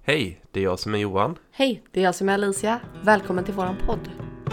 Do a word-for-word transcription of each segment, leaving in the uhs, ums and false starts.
Hej, det är jag som är Johan. Hej, det är jag som är Alicia. Välkommen till våran podd.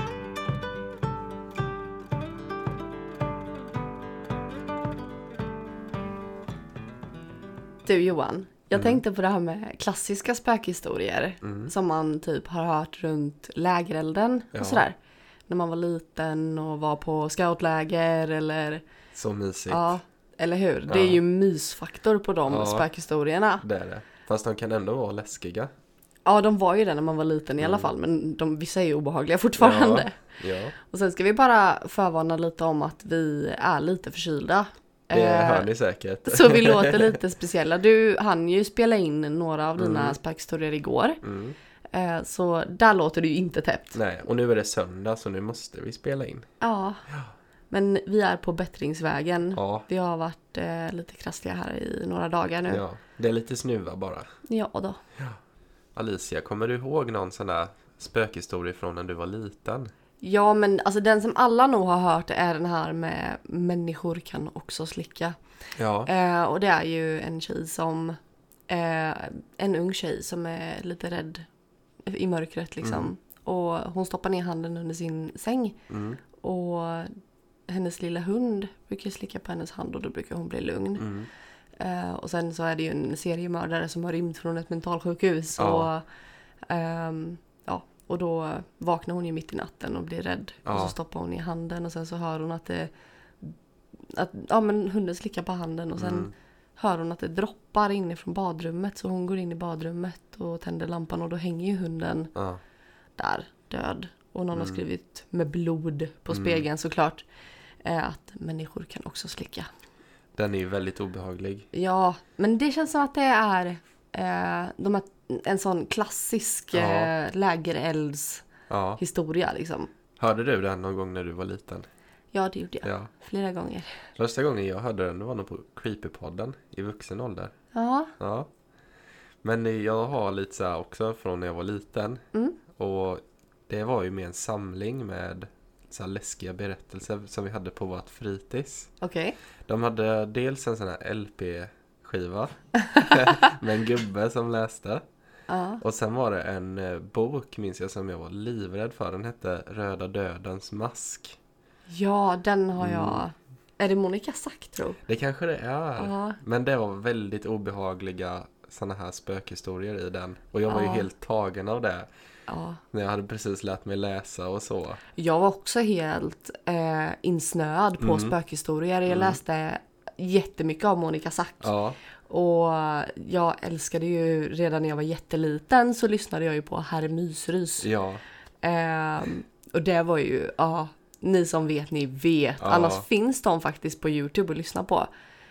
Du Johan, jag mm. tänkte på det här med klassiska spökhistorier mm. som man typ har hört runt lägerelden ja. och sådär. När man var liten och var på scoutläger eller... Så mysigt. Ja, eller hur? Ja. Det är ju mysfaktor på de ja, spökhistorierna. Det är det. Fast de kan ändå vara läskiga. Ja, de var ju det när man var liten i alla fall. Men de, vissa är ju obehagliga fortfarande. Ja, ja. Och sen ska vi bara förvarna lite om att vi är lite förkylda. Det hör ni säkert. Så vi låter lite speciella. Du hann ju spela in några av dina mm. spökhistorier igår. Mm. Så där låter du ju inte täppt. Nej, och nu är det söndag så nu måste vi spela in. Ja, ja. Men vi är på bättringsvägen. Ja. Vi har varit eh, lite krassliga här i några dagar nu. Ja, det är lite snuva bara. Ja då. Ja. Alicia, kommer du ihåg någon sån där spökhistoria från när du var liten? Ja, men alltså den som alla nog har hört är den här med människor kan också slicka. Ja. Eh, och det är ju en tjej som, eh, en ung tjej som är lite rädd i mörkret liksom. Mm. Och hon stoppar ner handen under sin säng. Mm. Och hennes lilla hund brukar slicka på hennes hand och då brukar hon bli lugn. Mm. Uh, och sen så är det ju en seriemördare som har rymt från ett mentalsjukhus. Ja. Och, um, ja, och då vaknar hon ju mitt i natten och blir rädd. Ja. Och så stoppar hon i handen och sen så hör hon att det... Att, ja, men hunden slickar på handen och sen mm. hör hon att det droppar inifrån badrummet. Så hon går in i badrummet och tänder lampan och då hänger ju hunden ja. där, död. Och någon mm. har skrivit med blod på mm. spegeln såklart eh, att människor kan också slicka. Den är ju väldigt obehaglig. Ja, men det känns som att det är eh, de här, en sån klassisk ja. eh, lägerelds ja. historia liksom. Hörde du den någon gång när du var liten? Ja, det gjorde jag. Ja. Flera gånger. Första gången jag hörde den, det var nog på Creepypodden i vuxen ålder. Ja. Ja. Men jag har lite så här också från när jag var liten. Mm. Och det var ju med en samling med så här läskiga berättelser som vi hade på vårt fritids. Okej. Okay. De hade dels en sån här L P-skiva med en gubbe som läste. Uh. Och sen var det en eh, bok, minns jag, som jag var livrädd för. Den hette Röda dödens mask. Ja, den har mm. jag... Är det Monica sagt, tror? Det kanske det är. Uh. Men det var väldigt obehagliga såna här spökhistorier i den. Och jag var uh. ju helt tagen av det. Ja. När jag hade precis lärt mig läsa och så. Jag var också helt eh, insnöad på mm. spökhistorier. Jag mm. läste jättemycket av Monica Sack. Ja. Och jag älskade ju, redan när jag var jätteliten så lyssnade jag ju på Herr Mysrys. Ja. Eh, och det var ju, ja, ni som vet, ni vet. Ja. Annars finns de faktiskt på YouTube att lyssna på.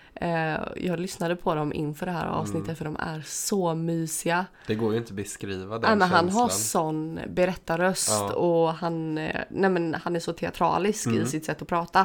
Jag lyssnade på dem inför det här avsnittet mm. för de är så mysiga. Det går ju inte att beskriva den ja, men känslan. Han har sån berättarröst ja. och han, nej men, han är så teatralisk mm. i sitt sätt att prata.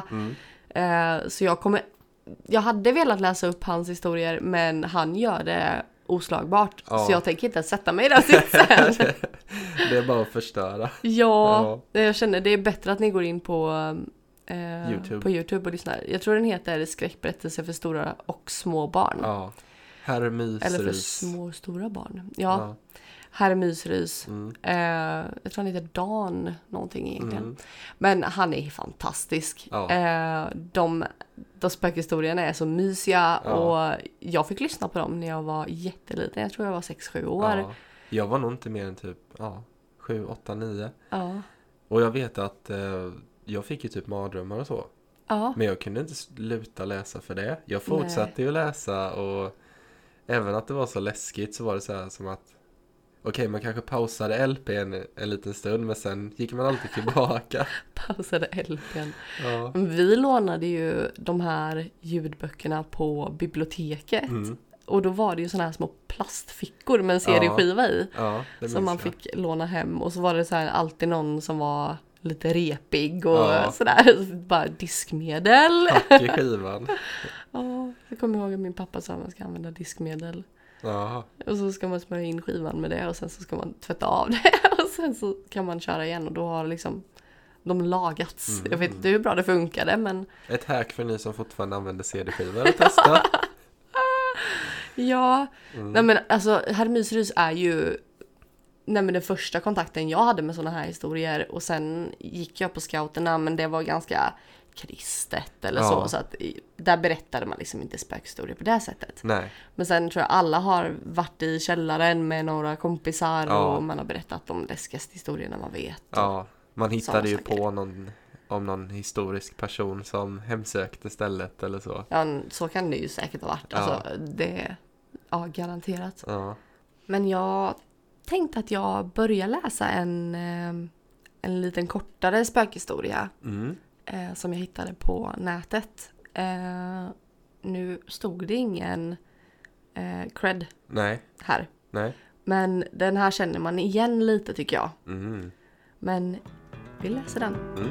Mm. Så jag kommer, jag hade velat läsa upp hans historier men han gör det oslagbart. Ja. Så jag tänker inte sätta mig där sitsen. Det är bara att förstöra. Ja, ja, jag känner det är bättre att ni går in på... Eh, YouTube. På YouTube och lyssnar. Jag tror den heter Skräckberättelse för stora och små barn. Ja. Herr Mysrys. Eller för små och stora barn. Ja. ja. Herr Mysrys. Mm. Eh, jag tror han heter Dan någonting egentligen. Mm. Men han är fantastisk. Ja. Eh, de, de spökhistorierna är så mysiga ja. och jag fick lyssna på dem när jag var jätteliten. Jag tror jag var sex sju år. Ja. Jag var nog inte mer än typ ja, sju, åtta, nio. Ja. Och jag vet att eh, jag fick ju typ mardrömmar och så. Ja. Men jag kunde inte sluta läsa för det. Jag fortsatte Nej. ju läsa och även att det var så läskigt så var det så här som att okej, okay, man kanske pausade L P en, en liten stund men sen gick man alltid tillbaka. Pausade L P:n. Ja. Vi lånade ju de här ljudböckerna på biblioteket. Mm. Och då var det ju såna här små plastfickor med en C D-skiva ja. i. Ja, som man fick jag. låna hem. Och så var det så här alltid någon som var lite repig och ja. sådär. Bara diskmedel. Tack i skivan. Ja, jag kommer ihåg att min pappa sa att man ska använda diskmedel. Ja. Och så ska man smörja in skivan med det och sen så ska man tvätta av det. Och sen så kan man köra igen och då har liksom de lagats. Mm. Jag vet inte hur bra det funkade men... Ett hack för ni som fortfarande använder C D-skivor att testa. Ja, mm. nej men alltså Hermysrus är ju nej men den första kontakten jag hade med såna här historier, och sen gick jag på scouterna, men det var ganska kristet eller ja. så, så att där berättade man liksom inte spökhistorier på det sättet. Nej. Men sen tror jag alla har varit i källaren med några kompisar ja. och man har berättat de läskigaste historierna man vet. Ja, man hittade ju saker. på någon om någon historisk person som hemsökte stället eller så. Ja, så kan det ju säkert ha varit. Alltså, ja. det ja, garanterat. Ja. Men jag tänkte att jag börjar läsa en, en liten kortare spökhistoria mm. eh, som jag hittade på nätet. Eh, nu stod det ingen eh, cred Nej. här. Nej. Men den här känner man igen lite tycker jag. Mm. Men vi läser den. Mm.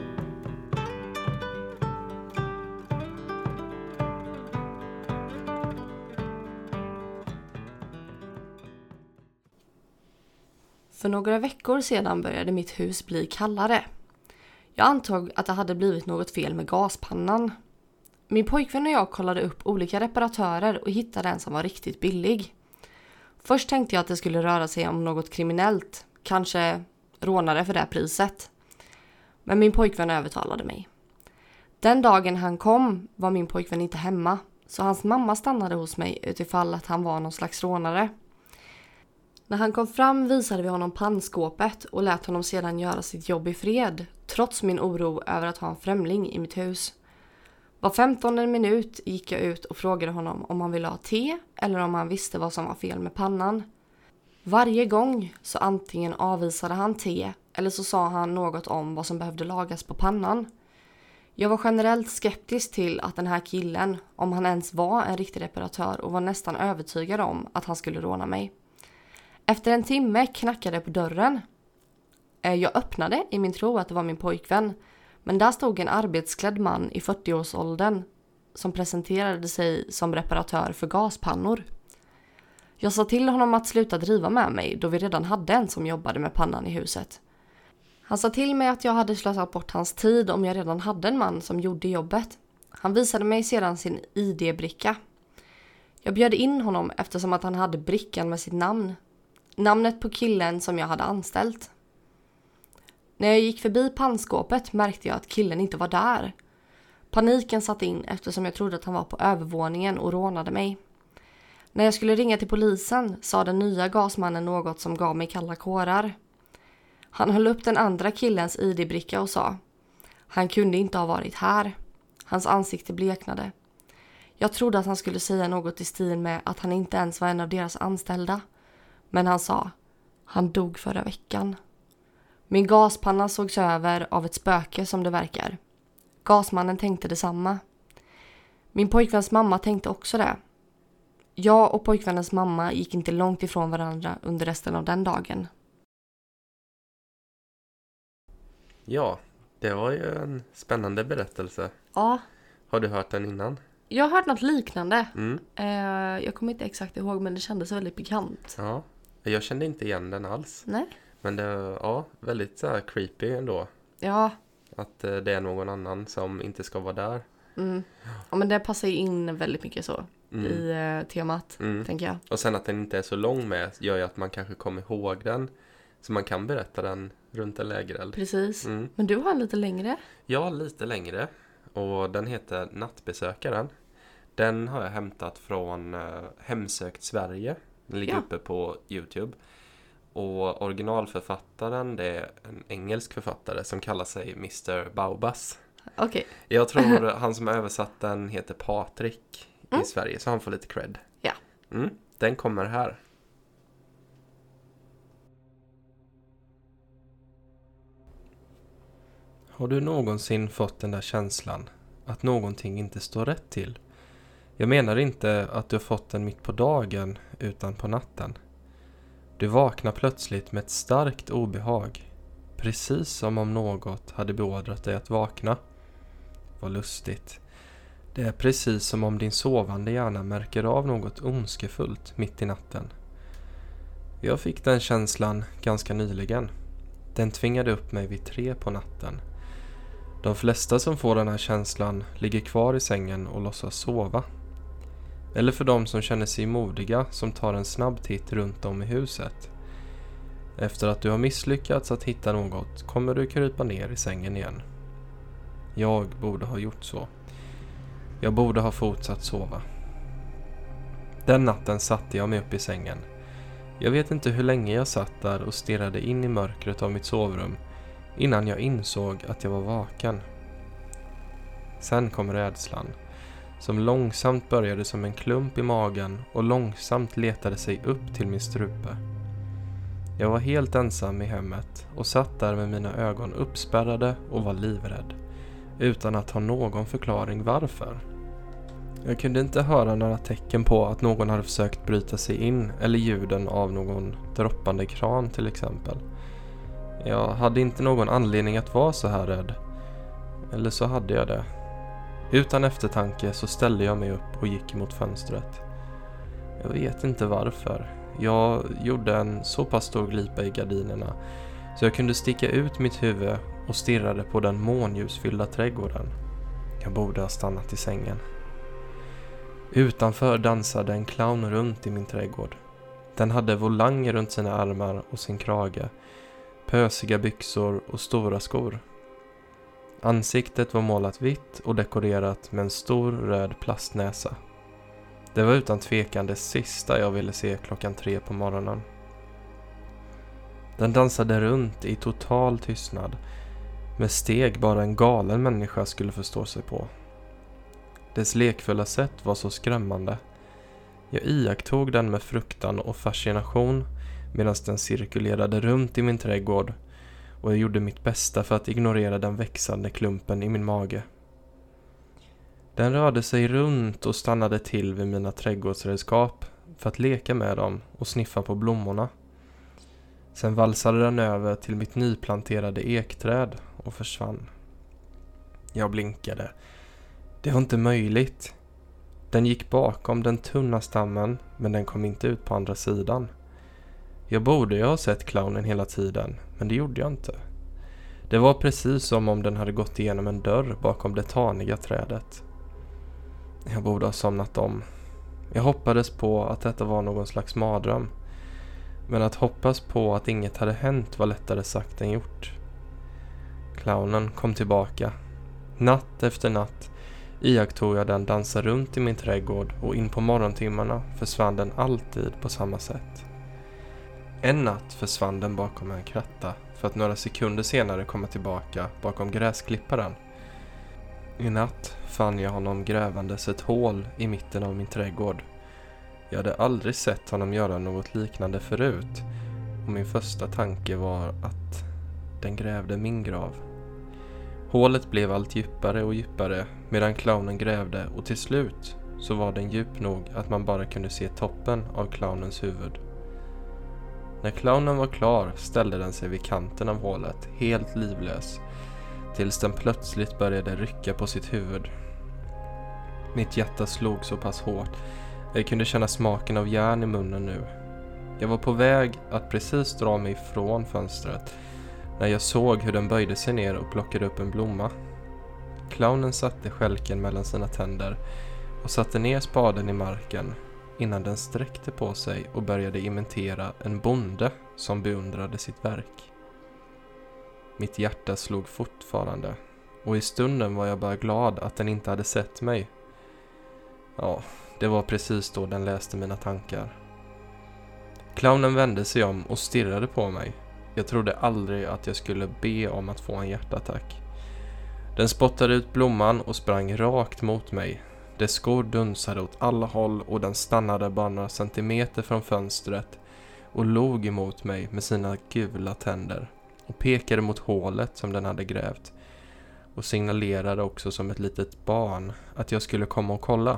För några veckor sedan började mitt hus bli kallare. Jag antog att det hade blivit något fel med gaspannan. Min pojkvän och jag kollade upp olika reparatörer och hittade en som var riktigt billig. Först tänkte jag att det skulle röra sig om något kriminellt, kanske rånare för det priset. Men min pojkvän övertalade mig. Den dagen han kom var min pojkvän inte hemma, så hans mamma stannade hos mig utifall att han var någon slags rånare. När han kom fram visade vi honom pannskåpet och lät honom sedan göra sitt jobb i fred, trots min oro över att ha en främling i mitt hus. Var femtonde minut gick jag ut och frågade honom om han ville ha te eller om han visste vad som var fel med pannan. Varje gång så antingen avvisade han te eller så sa han något om vad som behövde lagas på pannan. Jag var generellt skeptisk till att den här killen, om han ens var en riktig reparatör, och var nästan övertygad om att han skulle råna mig. Efter en timme knackade på dörren. Jag öppnade i min tro att det var min pojkvän, men där stod en arbetsklädd man i fyrtioårsåldern som presenterade sig som reparatör för gaspannor. Jag sa till honom att sluta driva med mig då vi redan hade en som jobbade med pannan i huset. Han sa till mig att jag hade slösat bort hans tid om jag redan hade en man som gjorde jobbet. Han visade mig sedan sin I D-bricka. Jag bjöd in honom eftersom att han hade brickan med sitt namn. Namnet på killen som jag hade anställt. När jag gick förbi pannskåpet märkte jag att killen inte var där. Paniken satt in eftersom jag trodde att han var på övervåningen och rånade mig. När jag skulle ringa till polisen sa den nya gasmannen något som gav mig kalla kårar. Han höll upp den andra killens I D-bricka och sa: han kunde inte ha varit här. Hans ansikte bleknade. Jag trodde att han skulle säga något i stil med att han inte ens var en av deras anställda. Men han sa: han dog förra veckan. Min gaspanna sågs över av ett spöke som det verkar. Gasmannen tänkte detsamma. Min pojkväns mamma tänkte också det. Jag och pojkvännens mamma gick inte långt ifrån varandra under resten av den dagen. Ja, det var ju en spännande berättelse. Ja. Har du hört den innan? Jag har hört något liknande. Mm. Eh, jag kommer inte exakt ihåg, men det kändes väldigt bekant. Ja, jag kände inte igen den alls. Nej. Men det ja, väldigt så här creepy ändå. Ja. Att eh, det är någon annan som inte ska vara där. Mm. Ja, men det passar ju in väldigt mycket så mm. i eh, temat, mm. tänker jag. Och sen att den inte är så lång med gör ju att man kanske kommer ihåg den. Så man kan berätta den runt en lägereld. Precis. Mm. Men du har en lite längre? Ja, lite längre. Och den heter Nattbesökaren. Den har jag hämtat från uh, Hemsökt Sverige. Den ligger ja. uppe på YouTube. Och originalförfattaren, det är en engelsk författare som kallar sig mister Baubas. Okej. Okay. Jag tror han som har översatt den heter Patrik mm. i Sverige, så han får lite cred. Ja. Mm, den kommer här. Har du någonsin fått den där känslan att någonting inte står rätt till? Jag menar inte att du har fått den mitt på dagen utan på natten. Du vaknar plötsligt med ett starkt obehag. Precis som om något hade beordrat dig att vakna. Vad lustigt. Det är precis som om din sovande hjärna märker av något ondskefullt mitt i natten. Jag fick den känslan ganska nyligen. Den tvingade upp mig vid tre på natten. De flesta som får den här känslan ligger kvar i sängen och låtsas sova. Eller för de som känner sig modiga som tar en snabb titt runt om i huset. Efter att du har misslyckats att hitta något kommer du krypa ner i sängen igen. Jag borde ha gjort så. Jag borde ha fortsatt sova. Den natten satte jag mig upp i sängen. Jag vet inte hur länge jag satt där och stirrade in i mörkret av mitt sovrum innan jag insåg att jag var vaken. Sen kom rädslan, som långsamt började som en klump i magen och långsamt letade sig upp till min strupe. Jag var helt ensam i hemmet och satt där med mina ögon uppspärrade och var livrädd, utan att ha någon förklaring varför. Jag kunde inte höra några tecken på att någon hade försökt bryta sig in eller ljuden av någon droppande kran till exempel. Jag hade inte någon anledning att vara så här rädd. Eller så hade jag det. Utan eftertanke så ställde jag mig upp och gick mot fönstret. Jag vet inte varför. Jag gjorde en så pass stor glipa i gardinerna så jag kunde sticka ut mitt huvud och stirrade på den månljusfyllda trädgården. Jag borde ha stannat i sängen. Utanför dansade en clown runt i min trädgård. Den hade volanger runt sina armar och sin krage, pösiga byxor och stora skor. Ansiktet var målat vitt och dekorerat med en stor röd plastnäsa. Det var utan tvekan det sista jag ville se klockan tre på morgonen. Den dansade runt i total tystnad, med steg bara en galen människa skulle förstå sig på. Dess lekfulla sätt var så skrämmande. Jag iakttog den med fruktan och fascination medan den cirkulerade runt i min trädgård och jag gjorde mitt bästa för att ignorera den växande klumpen i min mage. Den rörde sig runt och stannade till vid mina trädgårdsredskap för att leka med dem och sniffa på blommorna. Sen valsade den över till mitt nyplanterade ekträd och försvann. Jag blinkade. Det var inte möjligt. Den gick bakom den tunna stammen, men den kom inte ut på andra sidan. Jag borde ju ha sett clownen hela tiden, men det gjorde jag inte. Det var precis som om den hade gått igenom en dörr bakom det taniga trädet. Jag borde ha somnat om. Jag hoppades på att detta var någon slags mardröm. Men att hoppas på att inget hade hänt var lättare sagt än gjort. Clownen kom tillbaka. Natt efter natt iakttog jag den dansa runt i min trädgård och in på morgontimmarna försvann den alltid på samma sätt. En natt försvann den bakom en kratta för att några sekunder senare komma tillbaka bakom gräsklipparen. I natt fann jag honom grävandes ett hål i mitten av min trädgård. Jag hade aldrig sett honom göra något liknande förut och min första tanke var att den grävde min grav. Hålet blev allt djupare och djupare medan clownen grävde och till slut så var den djup nog att man bara kunde se toppen av clownens huvud. När clownen var klar ställde den sig vid kanten av hålet, helt livlös, tills den plötsligt började rycka på sitt huvud. Mitt hjärta slog så pass hårt. Jag kunde känna smaken av järn i munnen nu. Jag var på väg att precis dra mig ifrån fönstret när jag såg hur den böjde sig ner och plockade upp en blomma. Clownen satte skälken mellan sina tänder och satte ner spaden i marken innan den sträckte på sig och började imitera en bonde som beundrade sitt verk. Mitt hjärta slog fortfarande och i stunden var jag bara glad att den inte hade sett mig. Ja, det var precis då den läste mina tankar. Clownen vände sig om och stirrade på mig. Jag trodde aldrig att jag skulle be om att få en hjärtattack. Den spottade ut blomman och sprang rakt mot mig. Dess skor dunsade åt alla håll och den stannade bara några centimeter från fönstret och log emot mig med sina gula tänder och pekade mot hålet som den hade grävt och signalerade också som ett litet barn att jag skulle komma och kolla.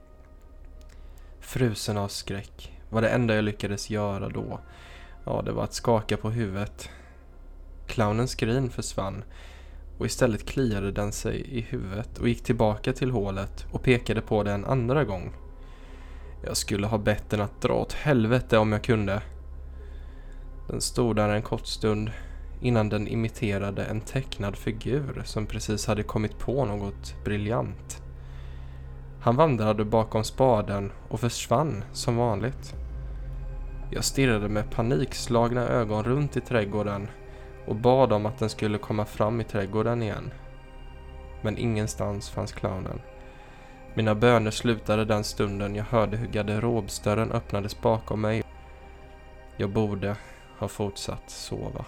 Frusen av skräck var det enda jag lyckades göra då. Ja, det var att skaka på huvudet. Clownens skrin försvann och istället kliade den sig i huvudet och gick tillbaka till hålet och pekade på det en andra gång. Jag skulle ha bett den att dra åt helvete om jag kunde. Den stod där en kort stund innan den imiterade en tecknad figur som precis hade kommit på något briljant. Han vandrade bakom spaden och försvann som vanligt. Jag stirrade med panikslagna ögon runt i trädgården och bad om att den skulle komma fram i trädgården igen. Men ingenstans fanns clownen. Mina böner slutade den stunden jag hörde hur garderobsdörren öppnades bakom mig. Jag borde ha fortsatt sova.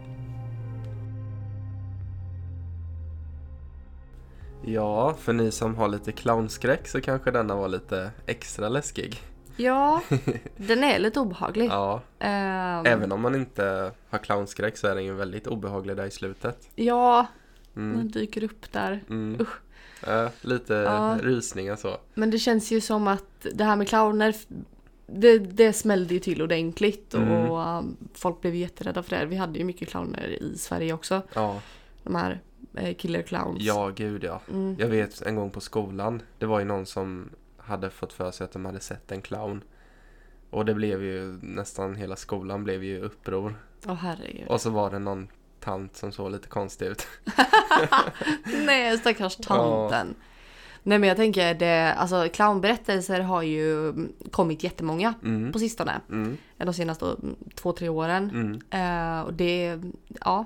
Ja, för ni som har lite clownskräck så kanske denna var lite extra läskig. Ja, den är lite obehaglig. Ja, um, även om man inte har clownskräck så är den ju väldigt obehaglig där i slutet. Ja, mm. den dyker upp där. Mm. Usch. Äh, lite ja. Rysningar så. Men det känns ju som att det här med clowner, det, det smällde ju till ordentligt. Mm. Och um, folk blev jätterädda för det. Vi hade ju mycket clowner i Sverige också. Ja. De här eh, killer clowns. Ja, gud ja. Mm. Jag vet en gång på skolan, det var ju någon som hade fått för sig att de hade sett en clown. Och det blev ju, nästan hela skolan blev ju uppror. Åh herregud. Och så var det någon tant som såg lite konstig ut. Nej, stackars tanten. Ja. Nej, men jag tänker, det, alltså clownberättelser har ju kommit jättemånga mm. på sistone. Mm. De senaste två, tre åren. Mm. Uh, och det, ja,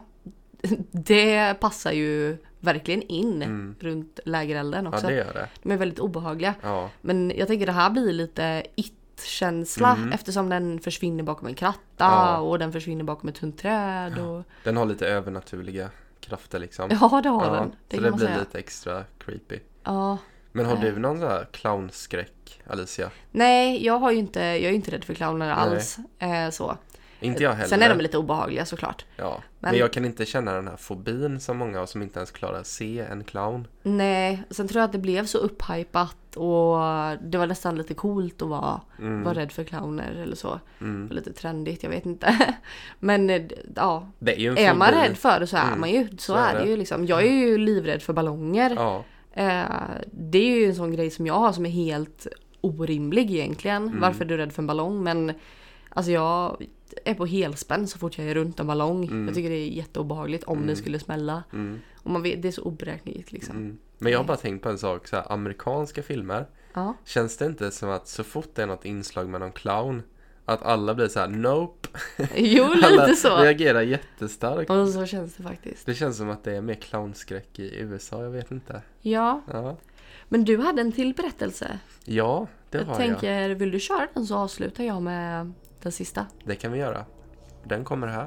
det passar ju verkligen in mm. runt lägerelden också. Ja, det gör det. De är väldigt obehagliga. Ja. Men jag tänker det här blir lite it-känsla mm. eftersom den försvinner bakom en kratta ja. Och den försvinner bakom ett tunt träd. Och... Ja. Den har lite övernaturliga krafter liksom. Ja, det har ja, den. Det så det blir säga. Lite extra creepy. Ja. Men har du någon sån här clownskräck, Alicia? Nej, jag har ju inte, jag är inte rädd för clowner alls. Eh, så. Inte jag heller. Sen är de lite obehagliga såklart. Ja, men... men jag kan inte känna den här fobin som många har som inte ens klarar att se en clown. Nej, sen tror jag att det blev så upphypat och det var nästan lite coolt att vara, mm. vara rädd för clowner eller så. Mm. Lite trendigt, jag vet inte. Men ja, det är, ju en är man rädd för det så är mm. man ju. Så, så är, är det. det ju liksom. Jag är ju livrädd för ballonger. Ja. Eh, det är ju en sån grej som jag har som är helt orimlig egentligen. Mm. Varför är du rädd för en ballong? Men alltså jag är på helspänn så fort jag är runt en ballong. Mm. Jag tycker det är jätteobehagligt om mm. det skulle smälla. Mm. Och man vet, det är så oberäkneligt liksom. Mm. Men jag har bara tänkt på en sak. Så här, amerikanska filmer. Ja. Känns det inte som att så fort det är något inslag med någon clown att alla blir så här, nope. Jo, lite alla så. reagerar jättestarkt. Och så känns det faktiskt. Det känns som att det är mer clownskräck i U S A, jag vet inte. Ja. ja. Men du hade en till berättelse. Ja, det jag har tänker, jag. Jag vill du köra den så avslutar jag med den sista. Det kan vi göra. Den kommer här.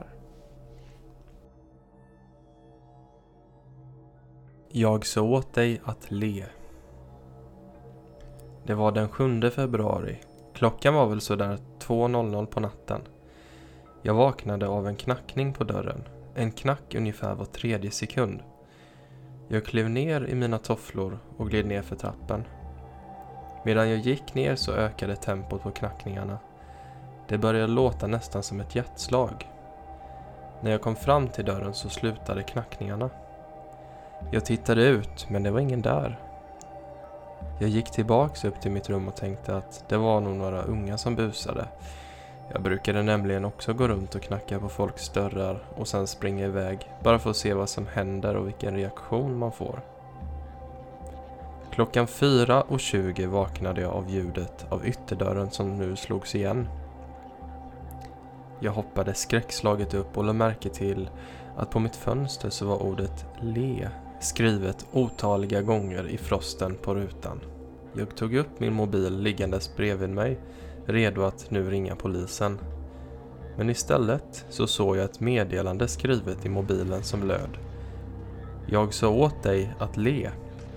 Jag sa åt dig att le. Det var den sjunde februari. Klockan var väl så där två noll noll på natten. Jag vaknade av en knackning på dörren. En knack ungefär var tredje sekund. Jag klev ner i mina tofflor och gled ner för trappen. Medan jag gick ner så ökade tempot på knackningarna. Det började låta nästan som ett hjärtslag. När jag kom fram till dörren så slutade knackningarna. Jag tittade ut men det var ingen där. Jag gick tillbaks upp till mitt rum och tänkte att det var nog några unga som busade. Jag brukade nämligen också gå runt och knacka på folks dörrar och sen springa iväg bara för att se vad som händer och vilken reaktion man får. Klockan fyra och tjugo vaknade jag av ljudet av ytterdörren som nu slogs igen. Jag hoppade skräckslaget upp och lade märke till att på mitt fönster så var ordet le skrivet otaliga gånger i frosten på rutan. Jag tog upp min mobil liggandes bredvid mig, redo att nu ringa polisen. Men istället så såg jag ett meddelande skrivet i mobilen som löd: Jag sa åt dig att le.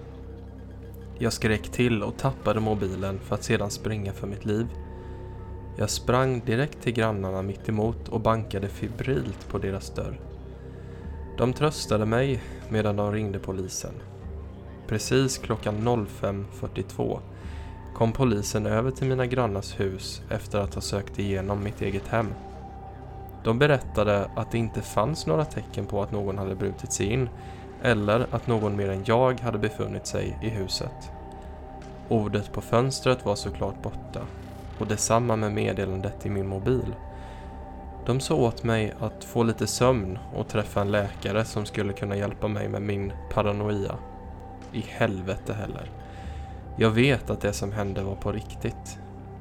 Jag skrek till och tappade mobilen för att sedan springa för mitt liv. Jag sprang direkt till grannarna mitt emot och bankade febrilt på deras dörr. De tröstade mig medan de ringde polisen. Precis klockan fem fyrtiotvå kom polisen över till mina grannars hus efter att ha sökt igenom mitt eget hem. De berättade att det inte fanns några tecken på att någon hade brutit sig in eller att någon mer än jag hade befunnit sig i huset. Ordet på fönstret var såklart borta och detsamma med meddelandet i min mobil. De sa åt mig att få lite sömn och träffa en läkare som skulle kunna hjälpa mig med min paranoia. I helvete heller. Jag vet att det som hände var på riktigt.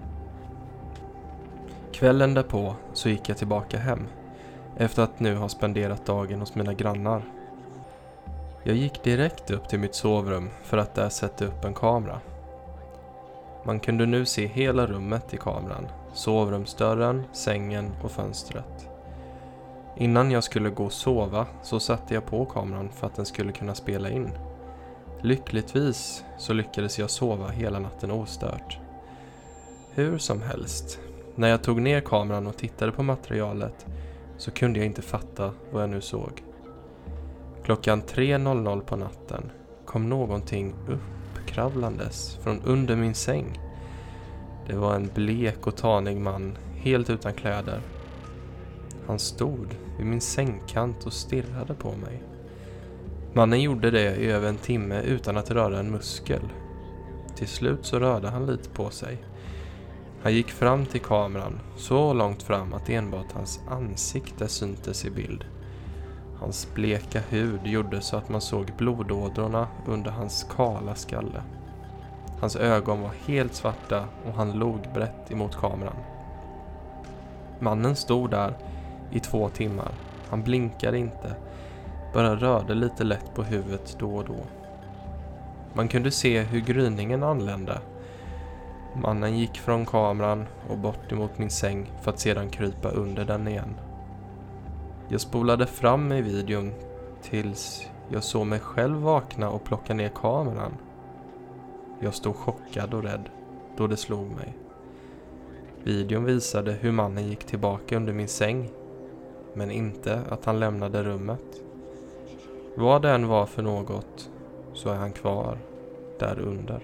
Kvällen därpå så gick jag tillbaka hem, efter att nu ha spenderat dagen hos mina grannar. Jag gick direkt upp till mitt sovrum för att där sätta upp en kamera. Man kunde nu se hela rummet i kameran, sovrumsdörren, sängen och fönstret. Innan jag skulle gå och sova så satte jag på kameran för att den skulle kunna spela in. Lyckligtvis så lyckades jag sova hela natten ostört. Hur som helst, när jag tog ner kameran och tittade på materialet så kunde jag inte fatta vad jag nu såg. Klockan tre noll noll på natten kom någonting uppkravlandes från under min säng. Det var en blek och tanig man, helt utan kläder. Han stod vid min sängkant och stirrade på mig. Mannen gjorde det i över en timme utan att röra en muskel. Till slut så rörde han lite på sig. Han gick fram till kameran, så långt fram att enbart hans ansikte syntes i bild. Hans bleka hud gjorde så att man såg blodådrorna under hans kala skalle. Hans ögon var helt svarta och han log brett emot kameran. Mannen stod där i två timmar. Han blinkade inte, bara rörde lite lätt på huvudet då och då. Man kunde se hur gryningen anlände. Mannen gick från kameran och bort emot min säng för att sedan krypa under den igen. Jag spolade fram i videon tills jag såg mig själv vakna och plocka ner kameran. Jag stod chockad och rädd då det slog mig. Videon visade hur mannen gick tillbaka under min säng, men inte att han lämnade rummet. Vad det än var för något så är han kvar där under.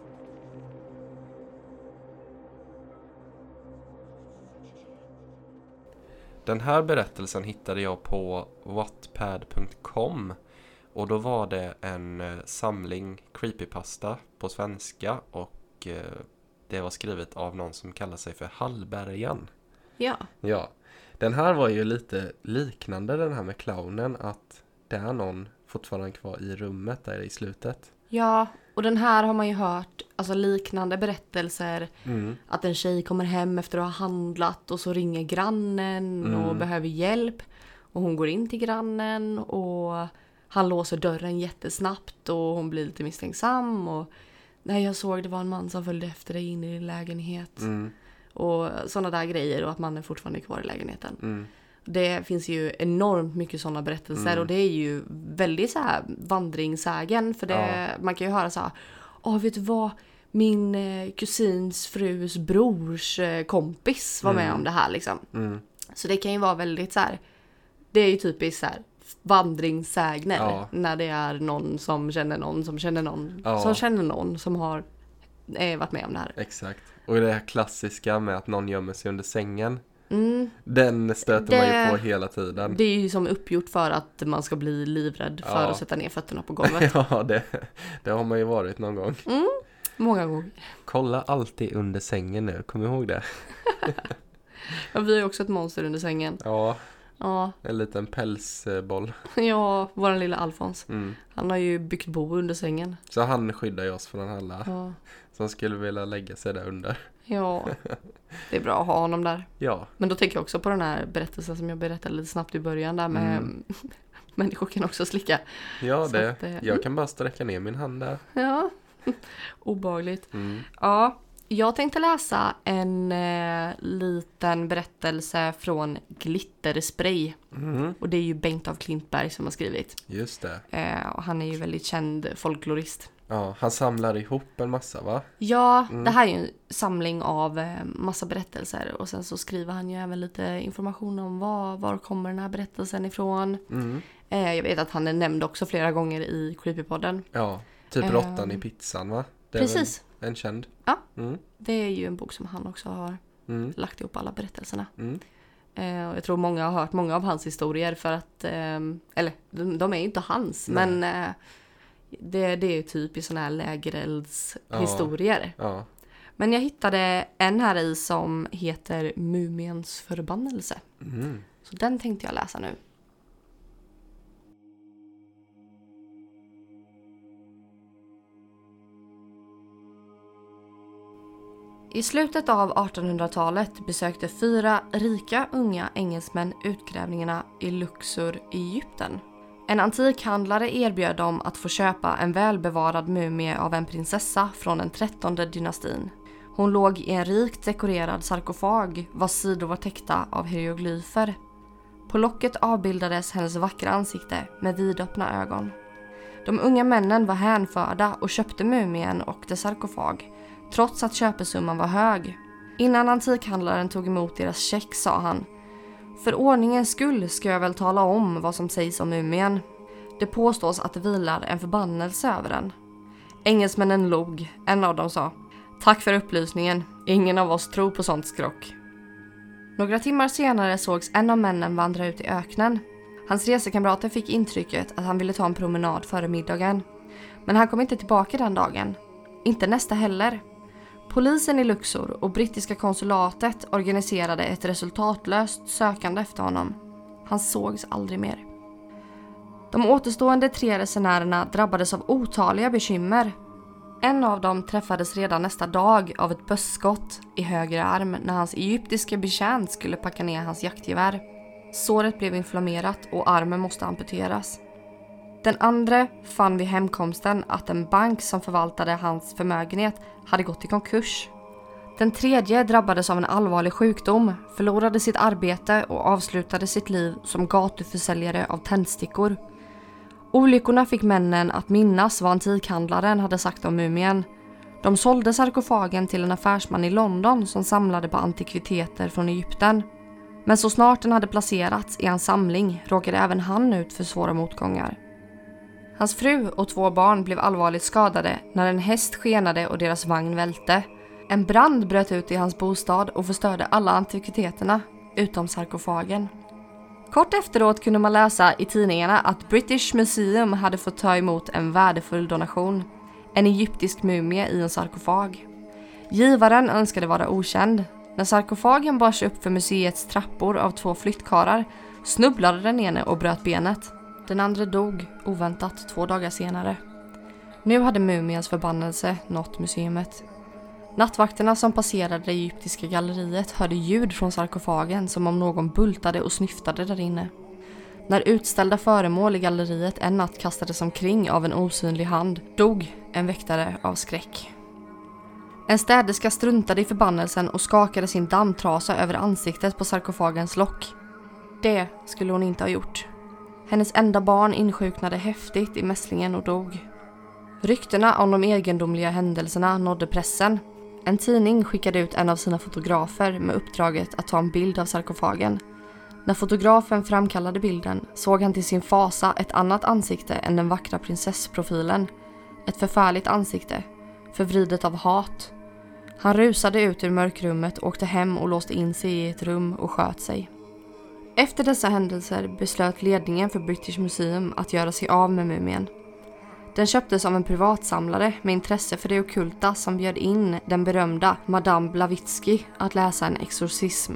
Den här berättelsen hittade jag på wattpad punkt com och då var det en samling creepypasta på svenska och det var skrivet av någon som kallar sig för Hallbergen. Ja. Ja. Den här var ju lite liknande den här med clownen, att det är någon fortfarande kvar i rummet där i slutet. Ja, och den här har man ju hört alltså liknande berättelser. Mm. Att en tjej kommer hem efter att ha handlat och så ringer grannen mm. och behöver hjälp. Och hon går in till grannen och han låser dörren jättesnabbt och hon blir lite misstänksam. Och när jag såg det var en man som följde efter dig in i din lägenhet. Mm. Och sådana där grejer och att mannen fortfarande är kvar i lägenheten. Mm. Det finns ju enormt mycket sådana berättelser mm. och det är ju väldigt så här vandringssägen för det, ja. Man kan ju höra så här, åh vet du vad, min eh, kusins frus brors eh, kompis var mm. med om det här liksom. Mm. Så det kan ju vara väldigt så här, det är ju typiskt så här vandringssägner ja. När det är någon som känner någon som känner någon ja. Som känner någon som har eh, varit med om det här. Exakt. Och det här klassiska med att någon gömmer sig under sängen. Mm. Den stöter det, man ju på hela tiden. Det är ju som uppgjort för att man ska bli livrädd för ja. Att sätta ner fötterna på golvet. Ja, det, det har man ju varit någon gång. Mm, många gånger. Kolla alltid under sängen nu, kom ihåg det. Ja, vi har ju också ett monster under sängen. Ja, ja. En liten pälsboll. Ja, våran lilla Alfons. Mm. Han har ju byggt bo under sängen. Så han skyddar ju oss från alla ja. Som skulle vilja lägga sig där under. Ja, det är bra att ha honom där. Ja. Men då tänker jag också på den här berättelsen som jag berättade lite snabbt i början där med mm. människor kan också slicka. Ja, det. Att, eh, jag kan bara sträcka ner min hand där. Ja, obehagligt. Mm. Ja, jag tänkte läsa en eh, liten berättelse från Glitterspray. Mm. Och det är ju Bengt af Klintberg som har skrivit. Just det. Eh, och han är ju väldigt känd folklorist. Ja, han samlar ihop en massa, va? Ja, mm. det här är ju en samling av eh, massa berättelser. Och sen så skriver han ju även lite information om var, var kommer den här berättelsen ifrån. Mm. Eh, jag vet att han är nämnd också flera gånger i Creepypodden. Ja, typ Råttan eh, i pizzan, va? Det är precis. En känd. Ja, mm. det är ju en bok som han också har mm. lagt ihop alla berättelserna. Mm. Eh, och jag tror många har hört många av hans historier för att, eh, eller de, de är ju inte hans, nej. Men eh, det, det är ju typ i sådana här lägereldshistorier. Ja, ja. Men jag hittade en här i som heter Mumiens förbannelse. Mm. Så den tänkte jag läsa nu. I slutet av artonhundratalet besökte fyra rika unga engelsmän utgrävningarna i Luxor i Egypten. En antikhandlare erbjöd dem att få köpa en välbevarad mumie av en prinsessa från den trettonde dynastin. Hon låg i en rikt dekorerad sarkofag vars sidor var täckta av hieroglyfer. På locket avbildades hennes vackra ansikte med vidöppna ögon. De unga männen var hänförda och köpte mumien och dess sarkofag, trots att köpesumman var hög. Innan antikhandlaren tog emot deras check sa han: "För ordningens skull ska jag väl tala om vad som sägs om mumien. Det påstås att det vilar en förbannelse över den." Engelsmännen log. En av dem sa: "Tack för upplysningen. Ingen av oss tror på sånt skrock." Några timmar senare sågs en av männen vandra ut i öknen. Hans resekamrater fick intrycket att han ville ta en promenad före middagen. Men han kom inte tillbaka den dagen. Inte nästa heller. Polisen i Luxor och brittiska konsulatet organiserade ett resultatlöst sökande efter honom. Han sågs aldrig mer. De återstående tre resenärerna drabbades av otaliga bekymmer. En av dem träffades redan nästa dag av ett bösskott i höger arm när hans egyptiska betjänt skulle packa ner hans jaktgevär. Såret blev inflammerat och armen måste amputeras. Den andra fann vid hemkomsten att en bank som förvaltade hans förmögenhet hade gått i konkurs. Den tredje drabbades av en allvarlig sjukdom, förlorade sitt arbete och avslutade sitt liv som gatuförsäljare av tändstickor. Olyckorna fick männen att minnas vad antikhandlaren hade sagt om mumien. De sålde sarkofagen till en affärsman i London som samlade på antikviteter från Egypten. Men så snart den hade placerats i hans samling råkade även han ut för svåra motgångar. Hans fru och två barn blev allvarligt skadade när en häst skenade och deras vagn välte. En brand bröt ut i hans bostad och förstörde alla antikviteterna, utom sarkofagen. Kort efteråt kunde man läsa i tidningarna att British Museum hade fått ta emot en värdefull donation. En egyptisk mumie i en sarkofag. Givaren önskade vara okänd. När sarkofagen bars upp för museets trappor av två flyttkarlar snubblade den ene och bröt benet. Den andra dog oväntat två dagar senare. Nu hade mumiens förbannelse nått museet. Nattvakterna som passerade det egyptiska galleriet hörde ljud från sarkofagen som om någon bultade och snyftade där inne. När utställda föremål i galleriet en natt kastades omkring av en osynlig hand dog en väktare av skräck. En städerska struntade i förbannelsen och skakade sin dammtrasa över ansiktet på sarkofagens lock. Det skulle hon inte ha gjort. Hennes enda barn insjuknade häftigt i mässlingen och dog. Ryktena om de egendomliga händelserna nådde pressen. En tidning skickade ut en av sina fotografer med uppdraget att ta en bild av sarkofagen. När fotografen framkallade bilden såg han till sin fasa ett annat ansikte än den vackra prinsessprofilen. Ett förfärligt ansikte, förvridet av hat. Han rusade ut ur mörkrummet, åkte hem och låste in sig i ett rum och sköt sig. Efter dessa händelser beslöt ledningen för British Museum att göra sig av med mumien. Den köptes av en privatsamlare med intresse för det ockulta som bjöd in den berömda Madame Blavatsky att läsa en exorcism.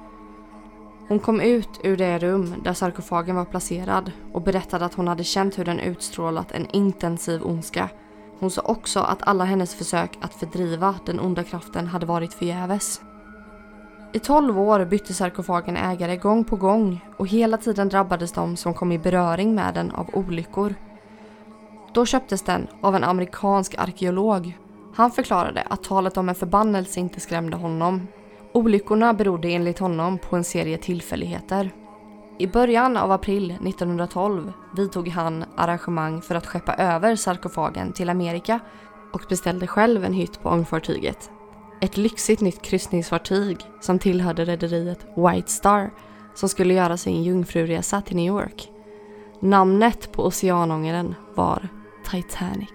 Hon kom ut ur det rum där sarkofagen var placerad och berättade att hon hade känt hur den utstrålat en intensiv ondska. Hon sa också att alla hennes försök att fördriva den onda kraften hade varit förgäves. I tolv år bytte sarkofagen ägare gång på gång och hela tiden drabbades de som kom i beröring med den av olyckor. Då köptes den av en amerikansk arkeolog. Han förklarade att talet om en förbannelse inte skrämde honom. Olyckorna berodde enligt honom på en serie tillfälligheter. I början av april nittonhundratolv vidtog han arrangemang för att skeppa över sarkofagen till Amerika och beställde själv en hytt på ångfartyget. Ett lyxigt nytt kryssningsfartyg som tillhörde rederiet White Star som skulle göra sin jungfruresa till New York. Namnet på oceanångaren var Titanic.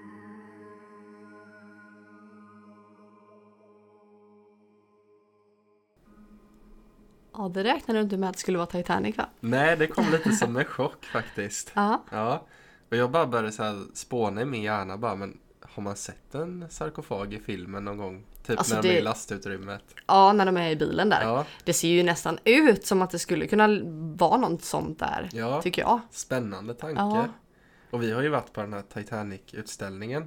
Ja, det räknade du inte med att det skulle vara Titanic, va? Nej, det kom lite som en chock faktiskt. Ja. Ja. Och jag bara började så här spåna i min hjärna bara, men har man sett en sarkofag i filmen någon gång? Typ alltså när det... de är i lastutrymmet. Ja, när de är i bilen där. Ja. Det ser ju nästan ut som att det skulle kunna vara något sånt där, ja. Tycker jag. Spännande tanke. Ja. Och vi har ju varit på den här Titanic-utställningen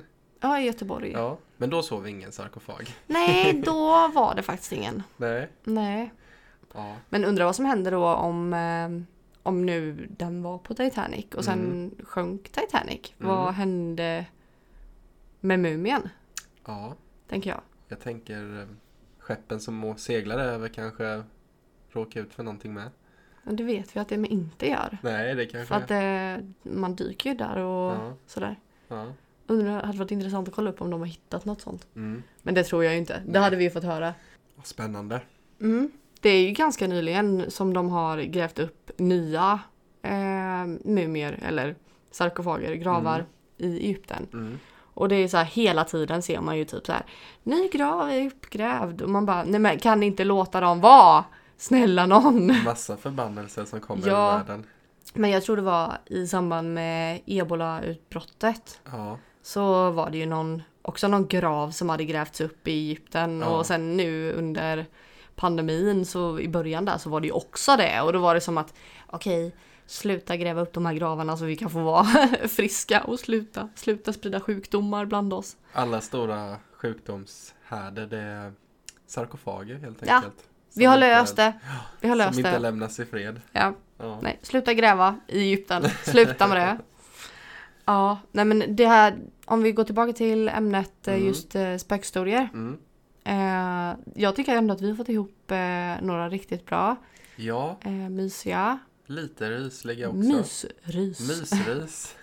Ja, i Göteborg. Ja, men då såg vi ingen sarkofag. Nej, då var det faktiskt ingen. Nej. Nej. Ja. Men undrar vad som hände då om, eh, om nu den var på Titanic och sen mm. sjönk Titanic. Mm. Vad hände med mumien? Ja. Tänker jag. Jag tänker skeppen som seglade över kanske råkar ut för någonting med. Men det vet vi att det inte gör. Nej, det kanske... För att eh, man dyker ju där och ja. sådär. Ja. Undrar, det hade varit intressant att kolla upp om de har hittat något sånt. Mm. Men det tror jag ju inte. Det Nej. hade vi ju fått höra. Spännande. Mm. Det är ju ganska nyligen som de har grävt upp nya eh, mumier eller sarkofager, gravar mm. i Egypten. Mm. Och det är så här, hela tiden ser man ju typ så här, ny grav är uppgrävd. Och man bara, nej men kan inte låta dem vara? Snälla någon. Massa förbannelser som kommer ja, i världen. Men jag tror det var i samband med ebola-utbrottet. Ja. Så var det ju någon, också någon grav som hade grävts upp i Egypten. Ja. Och sen nu under pandemin så i början där så var det ju också det. Och då var det som att, okej, okay, sluta gräva upp de här gravarna så vi kan få vara friska och sluta, sluta sprida sjukdomar bland oss. Alla stora sjukdomshärder, det är sarkofager helt enkelt. Ja. Vi har löst det. Vi har löst som det. inte lämnas i fred. Ja. ja. Nej, sluta gräva i Egypten. Sluta med det. Ja, nej men det här, om vi går tillbaka till ämnet mm. just eh, spökhistorier. Mm. Eh, jag tycker ändå att vi har fått ihop eh, några riktigt bra. Ja. Eh, mysiga. Lite rysliga också. Mysrys. Mysrys.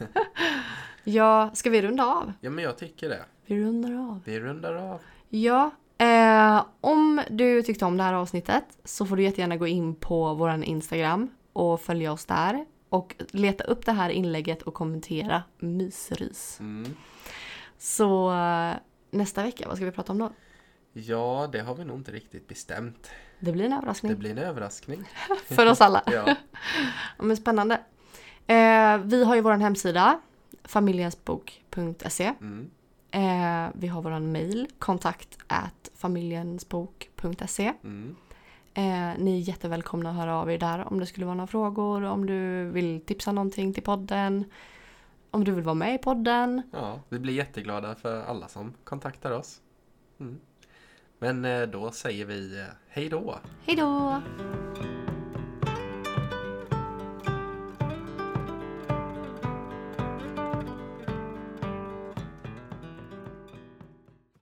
Ja, ska vi runda av? Ja, men jag tycker det. Vi rundar av. Vi rundar av. Ja. Eh, om du tyckte om det här avsnittet så får du jättegärna gå in på våran Instagram och följa oss där och leta upp det här inlägget och kommentera mysrys. Mm. Så eh, nästa vecka, vad ska vi prata om då? Ja, det har vi nog inte riktigt bestämt. Det blir en överraskning. Det blir en överraskning. För oss alla. Ja. Ja, men spännande. Eh, vi har ju våran hemsida familjensbok punkt se. Mm. Eh, vi har våran mail kontakt at familjensbok punkt se. Mm. Eh, ni är jättevälkomna att höra av er där om det skulle vara några frågor, om du vill tipsa någonting till podden, om du vill vara med i podden. Ja, vi blir jätteglada för alla som kontaktar oss. Mm. Men eh, då säger vi eh, hej då. Hej då.